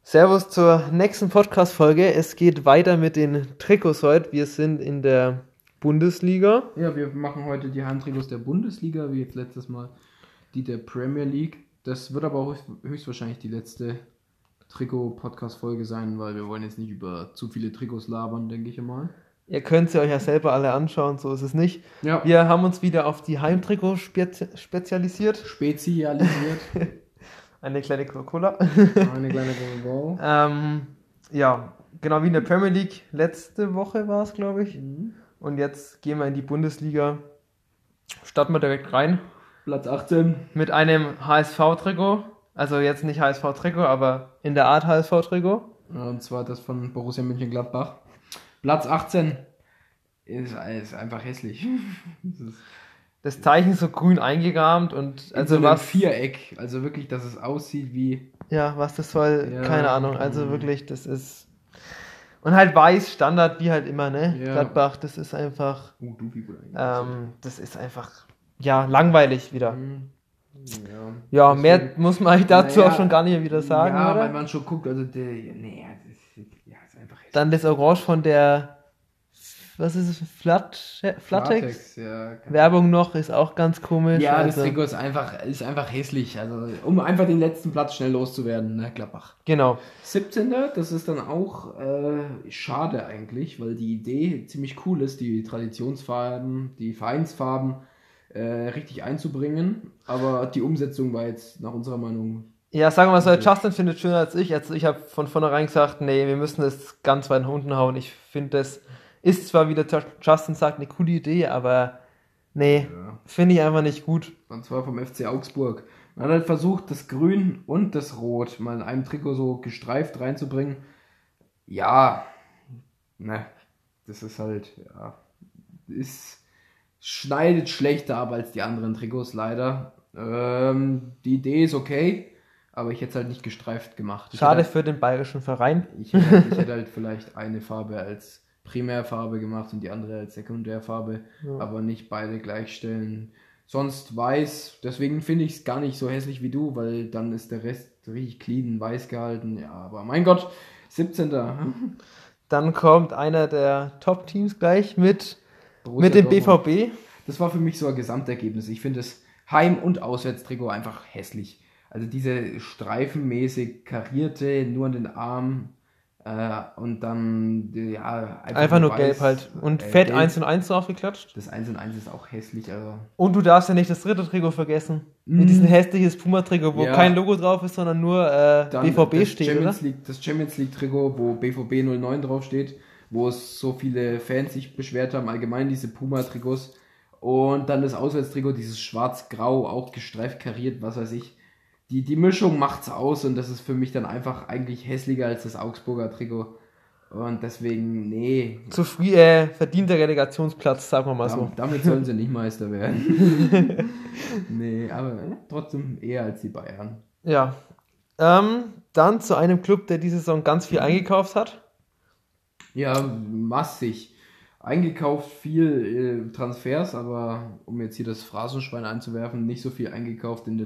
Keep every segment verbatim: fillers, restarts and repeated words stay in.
Servus zur nächsten Podcast-Folge. Es geht weiter mit den Trikots heute. Wir sind in der Bundesliga. Ja, wir machen heute die Heimtrikots der Bundesliga, wie jetzt letztes Mal die der Premier League. Das wird aber auch höchstwahrscheinlich die letzte Trikot-Podcast-Folge sein, weil wir wollen jetzt nicht über zu viele Trikots labern, denke ich einmal. Ihr könnt sie euch ja selber alle anschauen, so ist es nicht. Ja. Wir haben uns wieder auf die Heimtrikots spezi- spezialisiert. Spezialisiert. Eine kleine Coca-Cola. Eine kleine Coca-Cola. ähm, ja, genau wie in der Premier League. Letzte Woche war es, glaube ich. Mhm. Und jetzt gehen wir in die Bundesliga. Starten wir direkt rein. Platz achtzehn. Mit einem H S V-Trikot. Also jetzt nicht H S V-Trikot, aber in der Art H S V-Trikot. Und zwar das von Borussia Mönchengladbach. Platz achtzehn ist, ist einfach hässlich. Das ist Das Zeichen so grün eingerahmt und also also so ein was Viereck. Also wirklich, dass es aussieht wie... Ja, was das soll, Ja. keine Ahnung. Also wirklich, das ist und halt weiß Standard wie halt immer, ne? Ja. Gladbach, das ist einfach Oh, du, wie gut ähm, das ist einfach ja langweilig wieder. Mhm. Ja, Deswegen- mehr muss man eigentlich dazu Naja, auch schon gar nicht wieder sagen, ja, oder? weil man schon guckt, also der, nee, das ist, ja, ist einfach hässlich. Dann das Orange von der was ist es? Flat Flatex? ja. kann- Werbung noch ist auch ganz komisch. Ja, das also, Trikot ist einfach, ist einfach hässlich. Also, um einfach den letzten Platz schnell loszuwerden, ne, Gladbach. genau. siebzehnter Das ist dann auch äh, schade eigentlich, weil die Idee ziemlich cool ist, die Traditionsfarben, die Vereinsfarben äh, richtig einzubringen. Aber die Umsetzung war jetzt nach unserer Meinung. Ja, sagen wir mal so, Okay. Justin findet schöner als ich. Also ich habe von vornherein gesagt, nee, wir müssen das ganz weit nach unten hauen. Ich finde, das ist zwar, wie der Justin sagt, eine coole Idee, aber nee, Ja. finde ich einfach nicht gut. Und zwar vom F C Augsburg. Man hat halt versucht, das Grün und das Rot mal in einem Trikot so gestreift reinzubringen. Ja, ne, das ist halt, ja, ist, schneidet schlechter ab als die anderen Trikots leider. Ähm, die Idee ist okay, aber ich hätte es halt nicht gestreift gemacht. Ich Schade hätte, für den bayerischen Verein. ich, hätte, ich hätte halt vielleicht eine Farbe als Primärfarbe gemacht und die andere als Sekundärfarbe, Ja. aber nicht beide gleichstellen. Sonst weiß, deswegen finde ich es gar nicht so hässlich wie du, weil dann ist der Rest richtig clean, weiß gehalten. Ja, aber mein Gott, siebzehnter Dann kommt einer der Top-Teams gleich mit, Borussia mit dem B V Dortmund. B. Das war für mich so ein Gesamtergebnis. Ich finde das Heim- und Auswärtstrikot einfach hässlich. Also diese streifenmäßig karierte, nur an den Arm äh, und dann ja, Einfach nur weiß. gelb halt. Und Äh, fett gelb. eins und eins draufgeklatscht. Das eins und eins ist auch hässlich. Also Und du darfst ja nicht das dritte Trikot vergessen. Mm. Mit diesem hässliches Puma-Trikot, wo Ja. kein Logo drauf ist, sondern nur äh, dann B V B das steht, oder? Champions League, das Champions League Trikot, wo B V B null neun draufsteht, wo es so viele Fans sich beschwert haben, allgemein diese Puma-Trikots. Und dann das Auswärtstrikot, dieses schwarz-grau, auch gestreift kariert, was weiß ich. Die, die Mischung macht's aus und das ist für mich dann einfach eigentlich hässlicher als das Augsburger Trikot. Und deswegen, nee, Zu früh, äh, verdienter Relegationsplatz, sagen wir mal so. dam- damit sollen sie nicht Meister werden. Nee, aber äh, trotzdem eher als die Bayern. Ja. Ähm, dann zu einem Club, der diese Saison ganz viel eingekauft hat. Ja, massig. Eingekauft viel äh, Transfers, aber um jetzt hier das Phrasenschwein einzuwerfen, nicht so viel eingekauft in der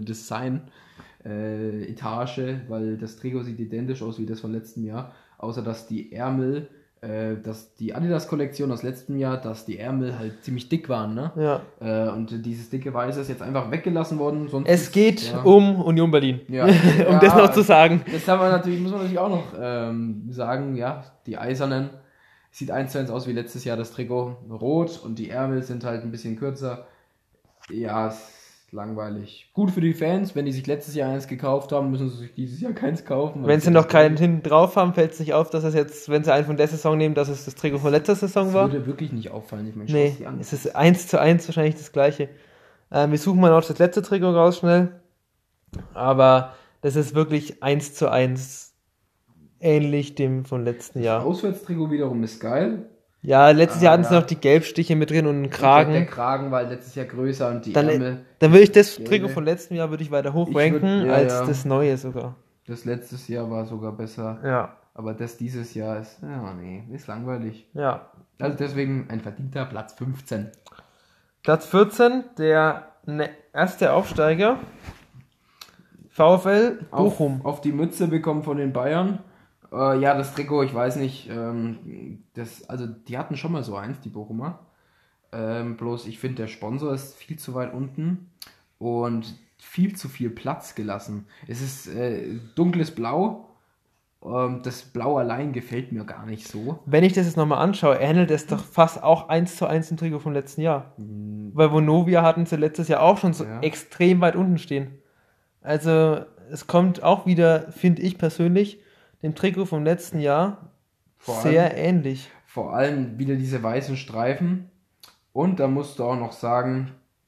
Design-Etage, weil das Trikot sieht identisch aus wie das von letztem Jahr, außer dass die Ärmel, äh, dass die Adidas-Kollektion aus letztem Jahr, dass die Ärmel halt ziemlich dick waren, ne? Ja. Äh, und dieses dicke Weiße ist jetzt einfach weggelassen worden. Sonst Es ist- geht ja. um Union Berlin. Ja. um Ja. das noch zu sagen. Das haben wir natürlich, muss man natürlich auch noch ähm, sagen, ja, die Eisernen sieht eins zu eins aus wie letztes Jahr das Trikot, rot und die Ärmel sind halt ein bisschen kürzer. Ja, ist langweilig. Gut für die Fans, wenn die sich letztes Jahr eins gekauft haben, müssen sie sich dieses Jahr keins kaufen. Wenn sie noch keinen hinten drauf haben, fällt es nicht auf, dass es jetzt, wenn sie einen von der Saison nehmen, dass es das Trikot von letzter Saison Das war. würde wirklich nicht auffallen. Ich meine, schau Nee, es dir an. es ist eins zu eins wahrscheinlich das gleiche. Ähm, wir suchen mal noch das letzte Trikot raus schnell. Aber das ist wirklich eins zu eins ähnlich dem von letzten Das Jahr. Auswärtstrikot wiederum ist geil. Ja, letztes Ah, Jahr hatten sie ja. noch die Gelbstiche mit drin und einen Und Der, der Kragen. Kragen war letztes Jahr größer und die Dann, Ärmel. dann würde ich das Gelbe. Trikot von letztem Jahr würde ich weiter Ich hochranken würd- ja, als ja. das neue sogar. Das letztes Jahr war sogar besser. Ja, Aber das dieses Jahr ist, ja, nee, ist langweilig. ja. Also deswegen ein verdienter Platz fünfzehn. Platz vierzehn, der ne- erste Aufsteiger. VfL Bochum. Auf, auf die Mütze bekommen von den Bayern. Äh, ja, das Trikot, ich weiß nicht, ähm, das, also die hatten schon mal so eins, die Bochumer. Ähm, bloß ich finde, der Sponsor ist viel zu weit unten und viel zu viel Platz gelassen. Es ist äh, dunkles Blau. Ähm, das Blau allein gefällt mir gar nicht so. Wenn ich das jetzt nochmal anschaue, ähnelt es doch fast auch eins zu eins im Trikot vom letzten Jahr. Mhm. Weil Vonovia hatten sie letztes Jahr auch schon so Ja. extrem weit unten stehen. Also es kommt auch wieder, finde ich persönlich, dem Trikot vom letzten Jahr Vor sehr allem- ähnlich. Vor allem wieder diese weißen Streifen. Und da musst du auch noch sagen,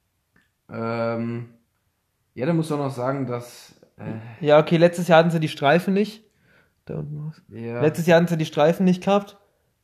ähm, ja, da musst du auch noch sagen, dass äh, Ja, okay, letztes Jahr hatten sie die Streifen nicht. Da unten was. ja, Letztes Jahr hatten sie die Streifen nicht gehabt,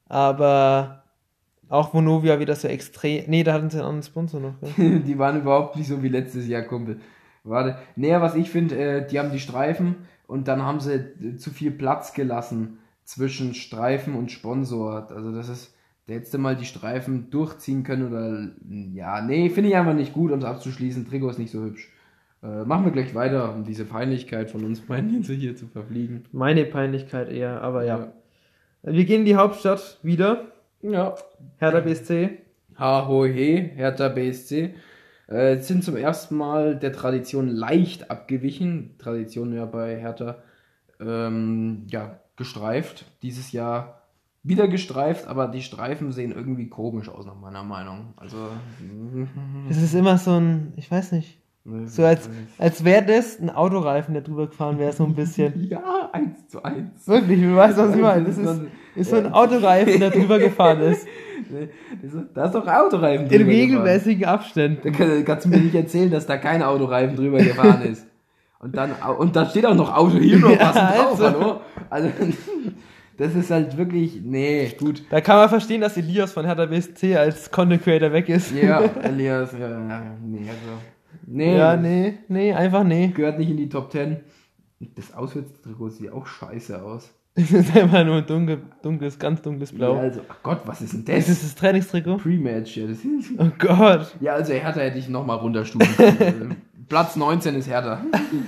aber auch Vonovia wieder so extrem. Nee, da hatten sie einen anderen Sponsor noch. Gell? die waren überhaupt nicht so wie letztes Jahr, Kumpel. Warte, näher, was ich finde, äh, die haben die Streifen und dann haben sie äh, zu viel Platz gelassen zwischen Streifen und Sponsor. Also das ist, der hättest du mal die Streifen durchziehen können oder, ja, nee, finde ich einfach nicht gut, um es abzuschließen. Trikot ist nicht so hübsch. Äh, machen wir gleich weiter, um diese Peinlichkeit von uns beiden hier zu verfliegen. Meine Peinlichkeit eher, aber ja. Wir gehen in die Hauptstadt wieder. Ja. Hertha B S C. Ha, ho, he, Hertha B S C. Äh, sind zum ersten Mal der Tradition leicht abgewichen. Tradition ja bei Hertha ähm, ja, gestreift. Dieses Jahr wieder gestreift, aber die Streifen sehen irgendwie komisch aus, nach meiner Meinung. Also. Es ist immer so ein, ich weiß nicht, so als, als wäre das ein Autoreifen, der drüber gefahren wäre, so ein bisschen. Ja, eins zu eins. Wirklich, du weißt, was ich meine. Das ist, ist so ein Autoreifen, der drüber gefahren ist. Da ist doch Autoreifen In drüber gefahren. regelmäßigen Abständen. Da kann- kannst du mir nicht erzählen, dass da kein Autoreifen drüber gefahren ist. Und dann, und da steht auch noch Auto hier noch Ja, passend drauf, also. hallo? Also, das ist halt wirklich, nee, gut. Da kann man verstehen, dass Elias von Hertha B S C als Content Creator weg ist. Ja, Elias, ja, ja, nee, also, nee, Ja, nee, nee, einfach nee. gehört nicht in die Top Ten. Das Auswärtstrikot sieht auch scheiße aus. Es ist einfach nur ein dunkel, dunkles, ganz dunkles Blau. Ja, also, ach Gott, was ist denn Ist das? das das Trainingstrikot? Pre-Match, ja, das ist, Oh Gott. ja, also Hertha hätte ich nochmal runterstufen können. Platz neunzehn ist Hertha.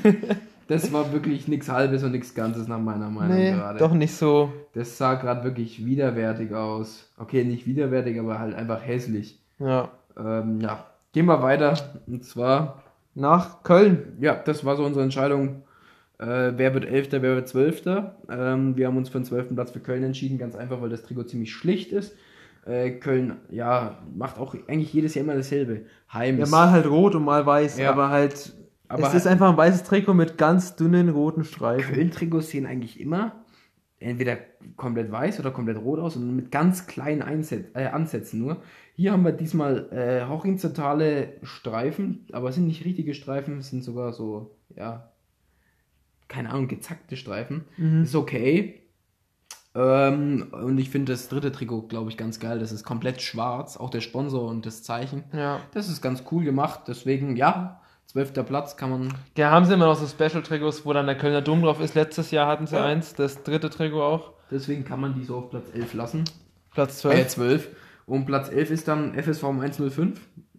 Das war wirklich nichts Halbes und nichts Ganzes nach meiner Meinung Nee, gerade. doch nicht so. Das sah gerade wirklich widerwärtig aus. Okay, nicht widerwärtig, aber halt einfach hässlich. Ja. Ähm, ja, gehen wir weiter. Und zwar, Nach Köln. ja, das war so unsere Entscheidung. Äh, wer wird Elfter, wer wird Zwölfter? Ähm, wir haben uns für den zwölften Platz für Köln entschieden, ganz einfach, weil das Trikot ziemlich schlicht ist. Äh, Köln, ja, macht auch eigentlich jedes Jahr immer dasselbe. Heim Ja, ist- mal halt rot und mal weiß, Ja. aber halt. Aber es ist einfach ein weißes Trikot mit ganz dünnen roten Streifen. Köln-Trikots sehen eigentlich immer entweder komplett weiß oder komplett rot aus und mit ganz kleinen Einset äh, Ansätzen nur. Hier haben wir diesmal äh, horizontale Streifen, aber es sind nicht richtige Streifen, es sind sogar so, ja, keine Ahnung, gezackte Streifen. Mhm. Ist okay. Ähm, und ich finde das dritte Trikot, glaube ich, ganz geil. Das ist komplett schwarz, auch der Sponsor und das Zeichen. Ja. Das ist ganz cool gemacht, deswegen, ja, zwölfter Platz kann man. Ja, haben sie immer noch so Special-Trikots, wo dann der Kölner Dom drauf ist. Letztes Jahr hatten sie Ja. eins, das dritte Trikot auch. Deswegen kann man die so auf Platz elf lassen. Platz Äh, zwölf. zwölf. Und Platz elf ist dann F S V eins null fünf.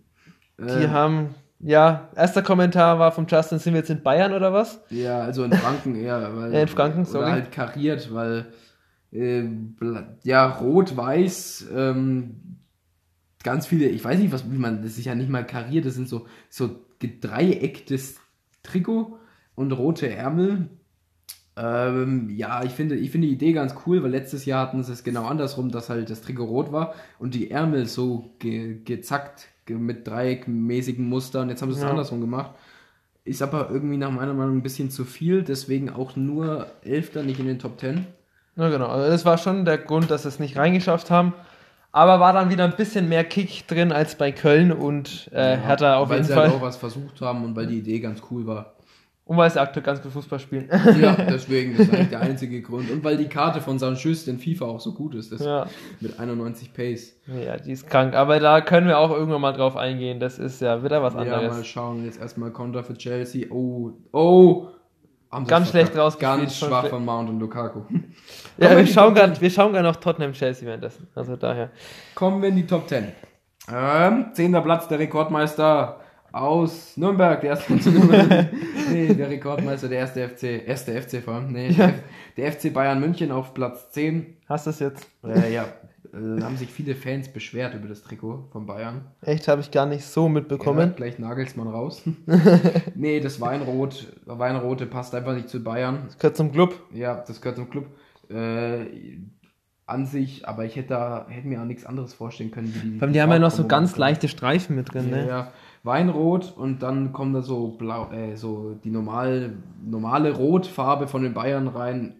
Die haben, ja, erster Kommentar war vom Justin, sind wir jetzt in Bayern oder was? Ja, also in Franken eher. Weil, Ja, in Franken, sorry. Oder halt kariert, weil äh, bla- ja, rot-weiß, ähm, ganz viele, ich weiß nicht, was, wie man, das ist ja nicht mal kariert, das sind so, so gedreiecktes Trikot und rote Ärmel. Ähm, ja, ich finde, ich finde die Idee ganz cool, weil letztes Jahr hatten sie es genau andersrum, dass halt das Trikot rot war und die Ärmel so ge gezackt ge mit dreieckmäßigen Mustern. Jetzt haben sie es Ja. andersrum gemacht. Ist aber irgendwie nach meiner Meinung ein bisschen zu viel, deswegen auch nur Elfter, nicht in den Top Ten. Ja, genau. Also das war schon der Grund, dass sie es nicht reingeschafft haben. Aber war dann wieder ein bisschen mehr Kick drin als bei Köln und äh, Hertha auf weil jeden sie Fall. halt auch was versucht haben und weil die Idee ganz cool war. Und weil sie aktuell ganz gut Fußball spielen. Ja, deswegen, das ist eigentlich der einzige Grund. Und weil die Karte von Sanchez in FIFA auch so gut ist, das Ja. mit einundneunzig Pace. Ja, die ist krank. Aber da können wir auch irgendwann mal drauf eingehen. Das ist ja wieder was Ja, mal anderes. schauen. Jetzt erstmal Konter für Chelsea. Oh, oh. Haben sie Ganz es schlecht verkackt. rausgespielt, Ganz schon schwach schle- von Mount und Lukaku. Ja, Kommen wir die schauen Top gerade, wir schauen gerade noch Tottenham Chelsea währenddessen. Also daher. Kommen wir in die Top Ten. Ähm, zehnter Platz, der Rekordmeister. Aus Nürnberg, der erste nee, der Rekordmeister, der erste F C, erste F C vor allem, nee, ja. der, der F C Bayern München auf Platz zehn. Hast du es jetzt? Äh, ja, äh, haben sich viele Fans beschwert über das Trikot von Bayern. Echt, habe ich gar nicht so mitbekommen. Ja, gleich Nagelsmann raus. Nee, das Weinrot, Weinrote passt einfach nicht zu Bayern. Das gehört zum Club. Ja, das gehört zum Club. Äh, an sich, aber ich hätte, da, hätte mir auch nichts anderes vorstellen können. Wie die, Weil die, die haben ja noch so ganz leichte Streifen mit drin, ja, ne? Ja, Weinrot und dann kommt da so blau, äh, so die normal, normale Rotfarbe von den Bayern rein.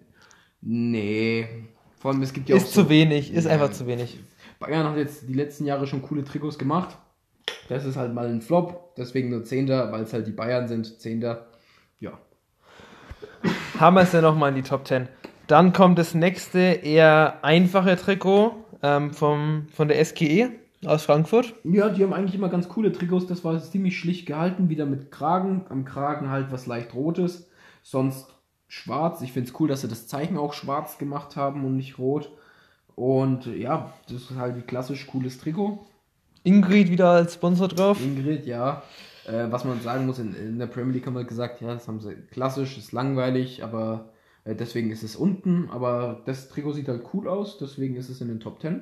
Nee. Vor allem, es gibt ja ist auch so, zu wenig, ist ja, einfach zu wenig. Bayern hat jetzt die letzten Jahre schon coole Trikots gemacht. Das ist halt mal ein Flop, deswegen nur Zehnter, weil es halt die Bayern sind, Zehnter. Ja. Haben wir es ja nochmal in die Top zehn. Dann kommt das nächste, eher einfache Trikot ähm, vom, von der S G E aus Frankfurt. Ja, die haben eigentlich immer ganz coole Trikots. Das war ziemlich schlicht gehalten, wieder mit Kragen. Am Kragen halt was leicht Rotes, sonst schwarz. Ich finde es cool, dass sie das Zeichen auch schwarz gemacht haben und nicht rot. Und ja, das ist halt ein klassisch cooles Trikot. Ingrid wieder als Sponsor drauf. Ingrid, ja. Äh, was man sagen muss, in, in der Premier League haben wir gesagt, ja, das haben sie klassisch, ist langweilig, aber äh, deswegen ist es unten. Aber das Trikot sieht halt cool aus, deswegen ist es in den Top zehn.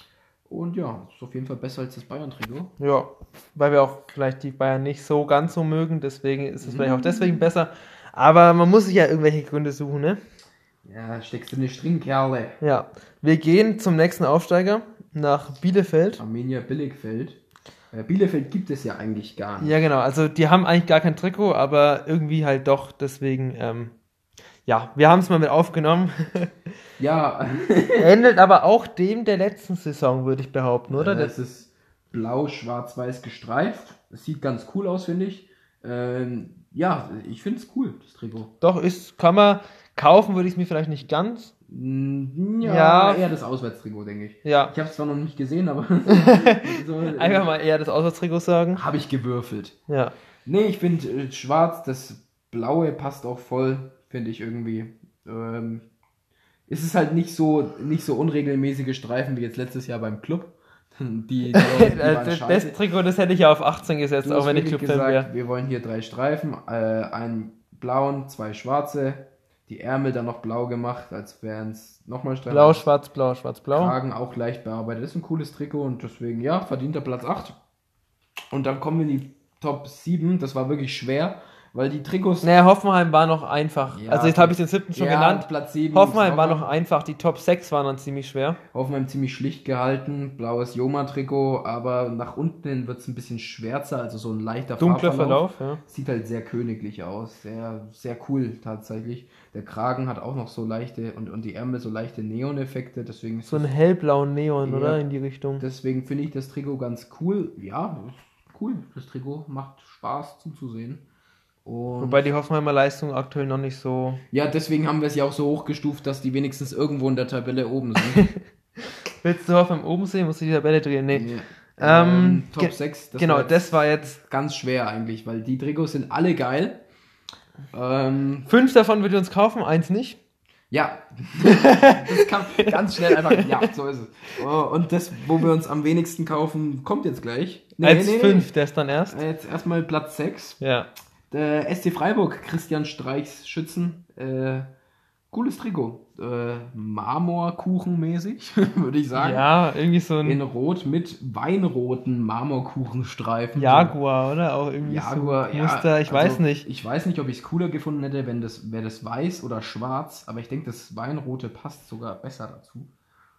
Und ja, ist auf jeden Fall besser als das Bayern-Trikot. Ja, weil wir auch vielleicht die Bayern nicht so ganz so mögen, deswegen ist es mhm. vielleicht auch deswegen besser. Aber man muss sich ja irgendwelche Gründe suchen, ne? Ja, steckst du nicht drin, Kerle. Ja, wir gehen zum nächsten Aufsteiger, nach Bielefeld. Arminia Bielefeld. Äh, Bielefeld gibt es ja eigentlich gar nicht. Ja, genau, also die haben eigentlich gar kein Trikot, aber irgendwie halt doch, deswegen, ähm, ja, wir haben es mal mit aufgenommen. Ja. Ähnelt aber auch dem der letzten Saison, würde ich behaupten, oder? Äh, es ist blau, schwarz-weiß gestreift. Es sieht ganz cool aus, finde ich. Ähm, ja, ich finde es cool, das Trikot. Doch, ist, kann man kaufen, würde ich es mir vielleicht nicht ganz. Ja, ja, eher das Auswärtstrikot, denke ich. Ja. Ich habe es zwar noch nicht gesehen, aber... so, einfach mal eher das Auswärtstrikot sagen. Habe ich gewürfelt. Ja. Nee, ich finde äh, schwarz, das Blaue passt auch voll, finde ich irgendwie. Ähm, es ist halt nicht so, nicht so unregelmäßige Streifen wie jetzt letztes Jahr beim Club. Die, die, die das, das Trikot, das hätte ich ja auf achtzehn gesetzt, auch wenn ich Club-Fan wäre. Wir wollen hier drei Streifen, äh, einen blauen, zwei schwarze, die Ärmel dann noch blau gemacht, als wären es nochmal Streifen. Blau, schwarz, blau, schwarz, blau. Kragen auch leicht bearbeitet. Das ist ein cooles Trikot und deswegen, ja, verdient er Platz acht. Und dann kommen wir in die Top sieben, das war wirklich schwer. Weil die Trikots... Naja, Hoffenheim war noch einfach. Ja, also jetzt habe ich den siebten schon ja, genannt. Platz sieben. Hoffenheim war noch einfach. Die Top sechs waren dann ziemlich schwer. Hoffenheim ziemlich schlicht gehalten. Blaues Joma-Trikot. Aber nach unten hin wird es ein bisschen schwärzer. Also so ein leichter dunkler Verlauf. Ja. Sieht halt sehr königlich aus. Sehr, sehr cool tatsächlich. Der Kragen hat auch noch so leichte... Und, und die Ärmel so leichte Neon-Effekte. Deswegen ist so ein hellblauen Neon, ja, oder? In die Richtung. Deswegen finde ich das Trikot ganz cool. Ja, cool. Das Trikot macht Spaß zuzusehen. Und wobei die Hoffenheimer Leistung aktuell noch nicht so... Ja, deswegen haben wir es ja auch so hochgestuft, dass die wenigstens irgendwo in der Tabelle oben sind. Willst du Hoffenheim oben sehen? Musst du die Tabelle drehen? Nee. Ja. Ähm, ähm, Top ge- sechs. Das genau, war das war jetzt... Ganz schwer eigentlich, weil die Trikots sind alle geil. Ähm, Fünf davon würdet ihr uns kaufen, eins nicht. Ja, das kann ganz schnell einfach... Ja, so ist es. Und das, wo wir uns am wenigsten kaufen, kommt jetzt gleich. Nee, als nee, fünf, nee. Der ist dann erst. Jetzt erstmal Platz sechs. Ja. Der S C Freiburg, Christian Streichs Schützen, äh, cooles Trikot, äh, Marmorkuchenmäßig, würde ich sagen. Ja, irgendwie so ein... In Rot mit weinroten Marmorkuchenstreifen. Jaguar, oder? Auch irgendwie Jaguar, so Muster, ja, ich also, weiß nicht. Ich weiß nicht, ob ich es cooler gefunden hätte, wenn das, wäre das weiß oder schwarz, aber ich denke, das Weinrote passt sogar besser dazu.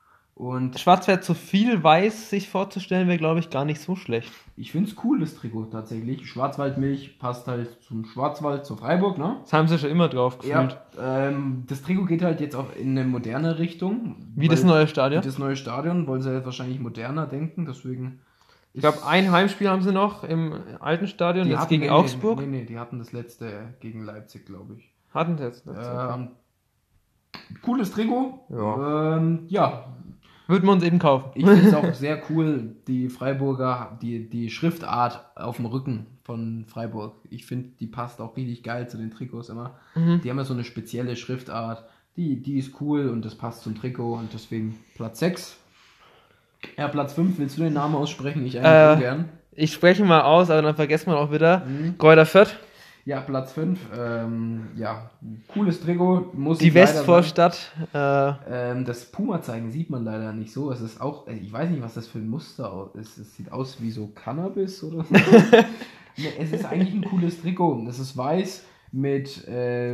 Und schwarz wäre zu viel, weiß sich vorzustellen, wäre, glaube ich, gar nicht so schlecht. Ich finde es cool, das Trikot tatsächlich. Schwarzwaldmilch passt halt zum Schwarzwald, zu Freiburg, ne? Das haben sie schon immer drauf gefühlt. Ja, ähm, das Trikot geht halt jetzt auch in eine moderne Richtung. Wie das neue Stadion? Wie das neue Stadion, wollen sie jetzt wahrscheinlich moderner denken, deswegen... Ich glaube, ein Heimspiel haben sie noch im alten Stadion, jetzt gegen nee, Augsburg. Nee, nee, die hatten das letzte gegen Leipzig, glaube ich. Hatten das letzte? Ähm, cooles Trikot. Ja. Ähm, ja. Würden wir uns eben kaufen. Ich finde es auch sehr cool, die Freiburger, die, die Schriftart auf dem Rücken von Freiburg. Ich finde, die passt auch richtig geil zu den Trikots immer. Mhm. Die haben ja so eine spezielle Schriftart. Die, die ist cool und das passt zum Trikot und deswegen Platz sechs. Ja, Platz fünf, willst du den Namen aussprechen? Ich eigentlich äh, ungern. Ich spreche mal aus, aber dann vergesst man auch wieder. Mhm. Kräuter Fürth. Ja, Platz fünf. Ähm, ja, cooles Trikot. Muss Die ich leider Westvorstadt. Äh, sagen. Ähm, das Puma-Zeichen sieht man leider nicht so. Es ist auch, ich weiß nicht, was das für ein Muster ist. Es sieht aus wie so Cannabis oder so. Nee, es ist eigentlich ein cooles Trikot. Es ist weiß mit äh,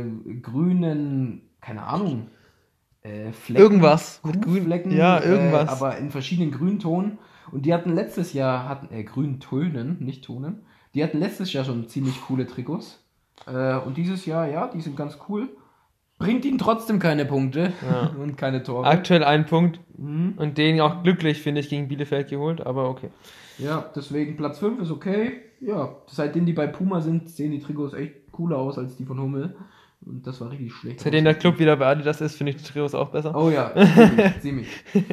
grünen, keine Ahnung, äh, Flecken. Irgendwas. Mit grün- Flecken, ja, irgendwas. Äh, aber in verschiedenen Grüntonen. Und die hatten letztes Jahr, hatten, äh, Grüntönen, nicht Tonen. Die hatten letztes Jahr schon ziemlich coole Trikots. Äh, und dieses Jahr, ja, die sind ganz cool. Bringt ihnen trotzdem keine Punkte Ja. und keine Tore. Aktuell ein Punkt. Mhm. Und den auch glücklich, finde ich, gegen Bielefeld geholt, aber okay. Ja, deswegen Platz fünf ist okay. Ja, seitdem die bei Puma sind, sehen die Trikots echt cooler aus als die von Hummel. Und das war richtig schlecht. Seitdem der Club wieder bei Adidas ist, finde ich die Trios auch besser. Oh ja, ziemlich. ziemlich.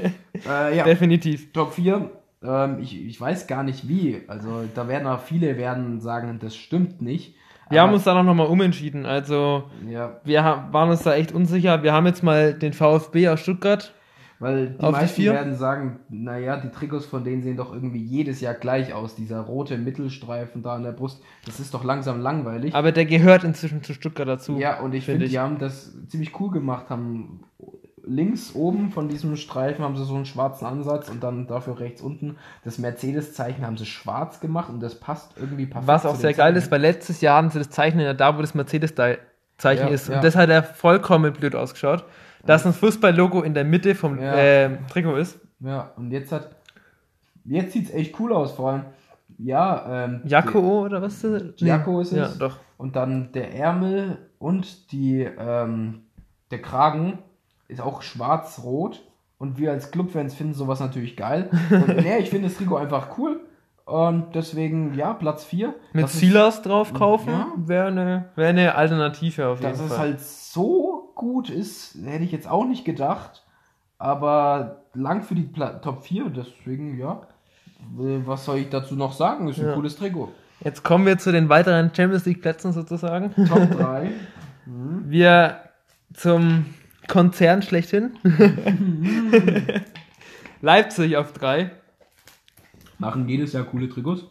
äh, ja, Definitiv. Top vier. Ähm, ich, ich weiß gar nicht wie. Also da werden auch viele werden sagen, das stimmt nicht. Wir Aber- haben uns da noch mal umentschieden. Also, Ja, wir ha- waren uns da echt unsicher. Wir haben jetzt mal den VfB aus Stuttgart. weil die Auf die meisten vier? werden sagen, naja, die Trikots von denen sehen doch irgendwie jedes Jahr gleich aus. Dieser rote Mittelstreifen da an der Brust, das ist doch langsam langweilig. Aber der gehört inzwischen zu Stuttgart dazu. Ja, und ich find finde, ich. die haben das ziemlich cool gemacht, haben links oben von diesem Streifen haben sie so einen schwarzen Ansatz und dann dafür rechts unten das Mercedes-Zeichen haben sie schwarz gemacht und das passt irgendwie perfekt. Was zu auch dem sehr geil Zeichen. ist, weil letztes Jahr haben sie das Zeichen ja da, wo das Mercedes-Zeichen Ja, ist. ja. Und das hat ja vollkommen blöd ausgeschaut. Dass ein Fußball-Logo in der Mitte vom Ja. äh, Trikot ist. Ja, und jetzt hat jetzt sieht es echt cool aus, vor allem ja, ähm, Jakko oder was? ist das? die- Jakko ist es. Ja, doch. Und dann der Ärmel und die ähm, der Kragen ist auch schwarz-rot und wir als Clubfans finden sowas natürlich geil. Und nee, ich finde das Trikot einfach cool und deswegen ja, Platz vier. Mit Das ist- Silas drauf kaufen, Ja. wäre eine wär eine Alternative auf jeden Dass es Fall. halt so gut ist, hätte ich jetzt auch nicht gedacht. Aber lang für die Pla- Top vier, deswegen, ja. Äh, Was soll ich dazu noch sagen? Ist ein Ja. cooles Trikot. Jetzt kommen wir zu den weiteren Champions League Plätzen sozusagen. Top drei. Wir zum Konzern schlechthin. Leipzig auf drei. Machen jedes Jahr coole Trikots.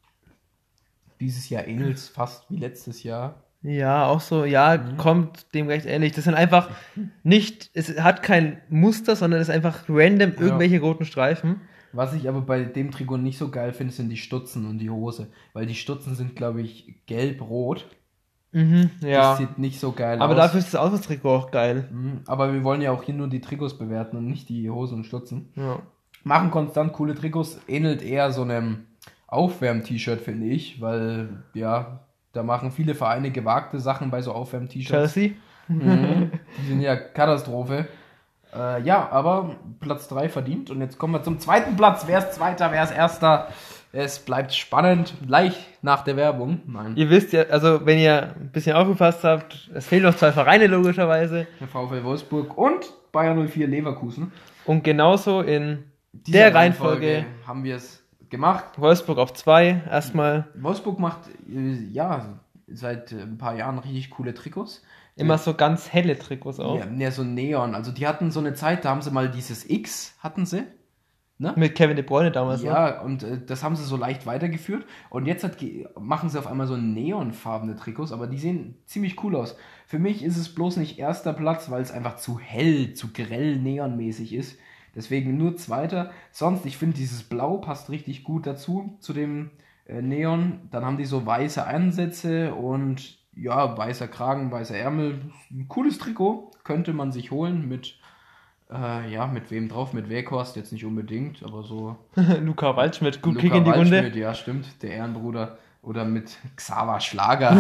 Dieses Jahr ähnelt es fast wie letztes Jahr. Ja, auch so, ja, Mhm. kommt dem recht ähnlich. Das sind einfach nicht, es hat kein Muster, sondern es ist einfach random irgendwelche roten Streifen. Was ich aber bei dem Trikot nicht so geil finde, sind die Stutzen und die Hose. Weil die Stutzen sind, glaube ich, gelb-rot. Mhm, Das ja. sieht nicht so geil Aber aus. dafür ist das Auswärtstrikot auch geil. Mhm, Aber wir wollen ja auch hier nur die Trikots bewerten und nicht die Hosen und Stutzen. Ja. Machen konstant coole Trikots, ähnelt eher so einem Aufwärm-T-Shirt, finde ich, weil, ja, da machen viele Vereine gewagte Sachen bei so Aufwärm-T-Shirts. Chelsea? Mhm. Die sind ja Katastrophe. Äh, ja, aber Platz drei verdient. Und jetzt kommen wir zum zweiten Platz. Wer ist Zweiter, wer ist Erster? Es bleibt spannend, gleich nach der Werbung. Nein, Ihr wisst ja, also wenn ihr ein bisschen aufgepasst habt, es fehlen noch zwei Vereine logischerweise. der VfL Wolfsburg und Bayer null vier Leverkusen. Und genauso in Dieser der Reihenfolge haben wir es gemacht. Wolfsburg auf zwei erstmal. Wolfsburg macht, äh, ja, seit äh, ein paar Jahren richtig coole Trikots. Immer so ganz helle Trikots auch. Ja, ja, so Neon. Also die hatten so eine Zeit, da haben sie mal dieses X, hatten sie. Ne? Mit Kevin De Bruyne damals. Ne? Ja, und äh, das haben sie so leicht weitergeführt. Und jetzt hat, ge- machen sie auf einmal so neonfarbene Trikots, aber die sehen ziemlich cool aus. Für mich ist es bloß nicht erster Platz, weil es einfach zu hell, zu grell neonmäßig ist. Deswegen nur zweiter. Sonst, ich finde, dieses Blau passt richtig gut dazu, zu dem äh, Neon. Dann haben die so weiße Ansätze und ja, weißer Kragen, weißer Ärmel. Ein cooles Trikot, könnte man sich holen mit, äh, ja, mit wem drauf? Mit Weghorst jetzt nicht unbedingt, aber so. Luca Waldschmidt, gut Luca Kick in die Runde. Waldschmidt, ja, stimmt, der Ehrenbruder. Oder mit Xaver Schlager.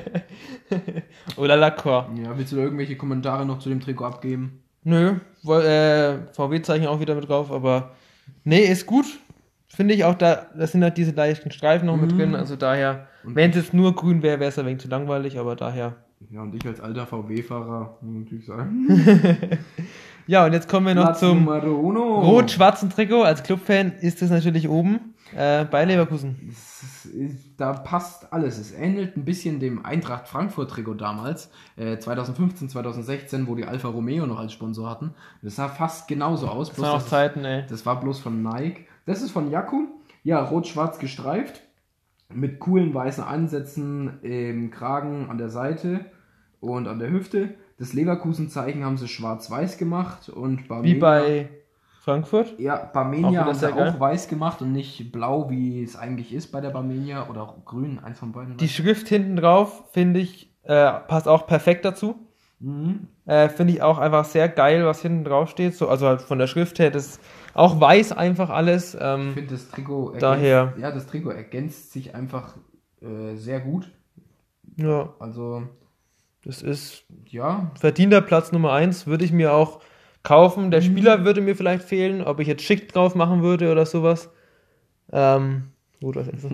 Oder Lacroix. Ja, willst du da irgendwelche Kommentare noch zu dem Trikot abgeben? Nö, woll- äh, V W-Zeichen auch wieder mit drauf, aber nee, ist gut. Finde ich auch, da, da sind halt diese leichten Streifen noch mit Mhm. drin, also daher, Und wenn es jetzt nur grün wäre, wäre es ein wenig zu langweilig, aber daher. Ja, und ich als alter V W-Fahrer muss natürlich sagen. Ja, und jetzt kommen wir noch Platz zum Nummer uno. rot-schwarzen Trikot. Als Clubfan ist es natürlich oben äh, bei Leverkusen. Es ist- Da passt alles. Es ähnelt ein bisschen dem Eintracht Frankfurt-Trikot damals, äh, zwanzig fünfzehn, zwanzig sechzehn, wo die Alfa Romeo noch als Sponsor hatten. Das sah fast genauso aus. Das bloß waren auch dass es- Zeiten, ey. Das war bloß von Nike. Das ist von Jakku. Ja, rot-schwarz gestreift. Mit coolen weißen Ansätzen im Kragen an der Seite und an der Hüfte. Das Leverkusen-Zeichen haben sie schwarz-weiß gemacht und Barmenia, Wie bei Frankfurt. ja, Auch Barmenia wieder haben sie sehr geil. auch weiß gemacht und nicht blau, wie es eigentlich ist bei der Barmenia oder auch grün, eins von beiden. Die Schrift hinten drauf, finde ich, äh, passt auch perfekt dazu. Mhm. Äh, finde ich auch einfach sehr geil, was hinten drauf steht. So, also halt von der Schrift her, das ist auch weiß einfach alles. Ich Ähm, finde das Trikot ergänzt, daher- ja, das Trikot ergänzt sich einfach äh, sehr gut. ja, Also, das ist ja, verdienter Platz Nummer eins, würde ich mir auch kaufen. Der Mhm. Spieler würde mir vielleicht fehlen, ob ich jetzt schick drauf machen würde oder sowas. Ähm, gut, was jetzt?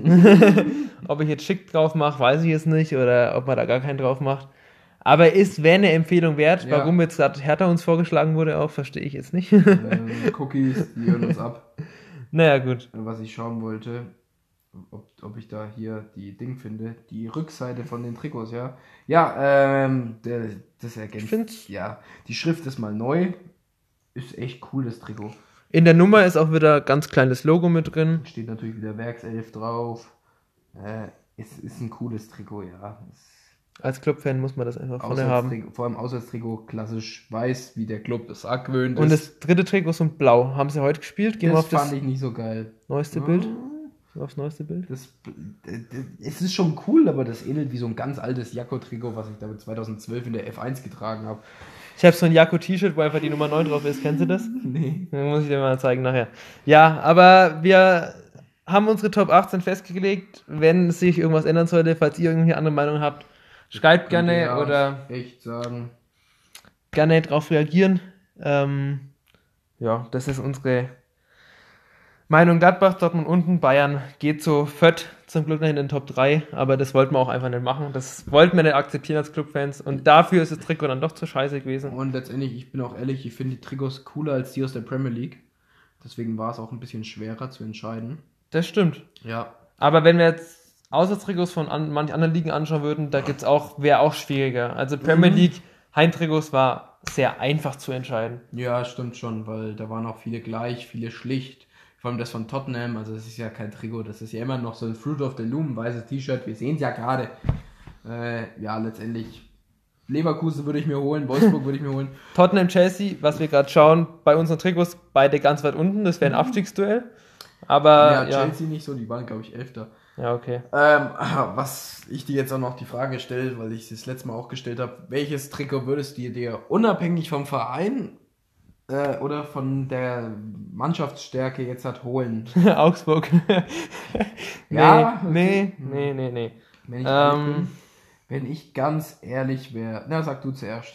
Ob ich jetzt schick drauf mache, weiß ich jetzt nicht, oder ob man da gar keinen drauf macht. Aber ist, wäre eine Empfehlung wert. Ja. Warum jetzt gerade Hertha uns vorgeschlagen wurde, auch verstehe ich jetzt nicht. äh, Cookies, die hören uns ab. Naja, gut. Was ich schauen wollte, ob, ob ich da hier die Ding finde, die Rückseite von den Trikots, ja. Ja, ähm, der, das ergänzt. Ich find's- Ja, die Schrift ist mal neu. Ist echt cool, das Trikot. In der Nummer ist auch wieder ganz kleines Logo mit drin. Steht natürlich wieder Werkself drauf. Äh, es ist ein cooles Trikot, ja. Es Als Clubfan muss man das einfach vorne haben. Auswärtstrikot, vor allem Auswärtstrikot klassisch weiß, wie der Club das argwöhnt Und ist. das dritte Trikot ist so ein Blau. Haben sie heute gespielt? Gehen wir Das auf das fand ich nicht so geil. neueste Ja. Bild. Aufs neueste Bild. Das, äh, es ist schon cool, aber das ähnelt wie so ein ganz altes Jakko-Trikot, was ich damit zweitausendzwölf in der F eins getragen habe. Ich habe so ein Jakko-T-Shirt, wo einfach die Nummer neun drauf ist. Kennst du das? Nee. Dann muss ich dir mal zeigen nachher. Ja, aber wir haben unsere Top achtzehn festgelegt. Wenn sich irgendwas ändern sollte, falls ihr irgendwie andere Meinung habt, schreibt gerne Ja, oder echt sagen. gerne darauf reagieren. Ähm, ja, das ist unsere Meinung. Gladbach, Dortmund unten, Bayern geht so fett zum Glück noch in den Top drei, aber das wollten wir auch einfach nicht machen. Das wollten wir nicht akzeptieren als Clubfans und dafür ist das Trikot dann doch zu scheiße gewesen. Und letztendlich, ich bin auch ehrlich, ich finde die Trikots cooler als die aus der Premier League. Deswegen war es auch ein bisschen schwerer zu entscheiden. Das stimmt. Ja. Aber wenn wir jetzt Auswärtstrikots von an, manchen anderen Ligen anschauen würden, da gibt's auch, wäre auch schwieriger. Also Premier Mhm. League Heimtrikots war sehr einfach zu entscheiden. Ja, stimmt schon, weil da waren auch viele gleich, viele schlicht. Vor allem das von Tottenham, also das ist ja kein Trikot, das ist ja immer noch so ein Fruit of the Loom, weißes T-Shirt, wir sehen es ja gerade. Äh, ja, letztendlich Leverkusen würde ich mir holen, Wolfsburg würde ich mir holen. Tottenham, Chelsea, was wir gerade schauen, bei unseren Trikots beide ganz weit unten, das wäre ein Abstiegsduell. Aber ja, ja, Chelsea nicht so, die waren glaube ich Elfter. ja, okay. Ähm, was ich dir jetzt auch noch die Frage stelle, weil ich es das letzte Mal auch gestellt habe, welches Trikot würdest du dir unabhängig vom Verein äh, oder von der Mannschaftsstärke jetzt halt holen? Augsburg. nee, Ja, nee, okay. nee, nee, nee. Wenn ich, ehrlich Ähm, bin, wenn ich ganz ehrlich wäre, na sag du zuerst.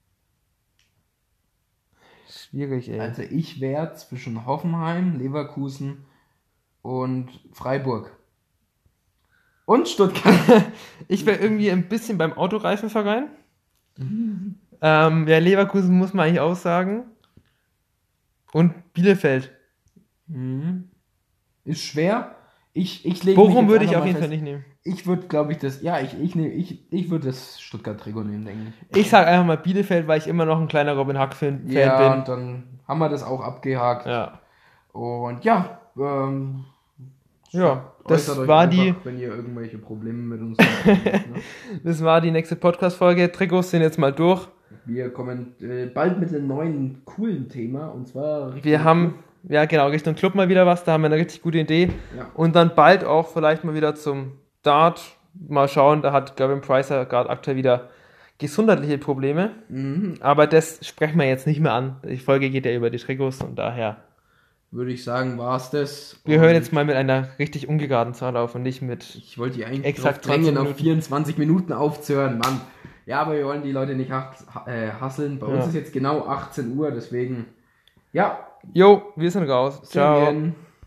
Schwierig, ey. Also ich wäre zwischen Hoffenheim, Leverkusen und Freiburg. Und Stuttgart. Ich wäre irgendwie ein bisschen beim Autoreifenverein. Ähm, ja, Leverkusen muss man eigentlich auch sagen. Und Bielefeld. Mhm. Ist schwer. Ich, ich lege mich Bochum jetzt würde ich einfach auf mal jeden Fall fest. nicht nehmen. Ich würde, glaube ich, das. Ja, ich, ich, nehm, ich, ich würde das Stuttgart-Trikot nehmen, denke ich. Ich sage einfach mal Bielefeld, weil ich immer noch ein kleiner Robin Hack-Fan Ja, bin. und dann haben wir das auch abgehakt. Ja. Und ja, ähm, Ja, das äußert euch war einfach, die, wenn ihr irgendwelche Probleme mit uns habt. Ne? das war die nächste Podcast-Folge. Trikots sind jetzt mal durch. Wir kommen äh, bald mit einem neuen, coolen Thema. Und zwar. Richtung Wir haben, ja genau, Richtung Club mal wieder was. Da haben wir eine richtig gute Idee. Ja. Und dann bald auch vielleicht mal wieder zum Dart. Mal schauen, da hat Gavin Pricer gerade aktuell wieder gesundheitliche Probleme. Mhm. Aber das sprechen wir jetzt nicht mehr an. Die Folge geht ja über die Trikots und daher. Würde ich sagen, war es das. Wir Und hören jetzt mal mit einer richtig ungeraden Zahl auf und nicht mit. Ich wollte die eigentlich Exakt drauf drängen, zwanzig auf Minuten. vierundzwanzig Minuten aufzuhören, Mann. Ja, aber wir wollen die Leute nicht hach- äh, hasseln. Bei uns Ja. ist jetzt genau achtzehn Uhr, deswegen. Ja, Jo, wir sind raus. Ciao. Serien.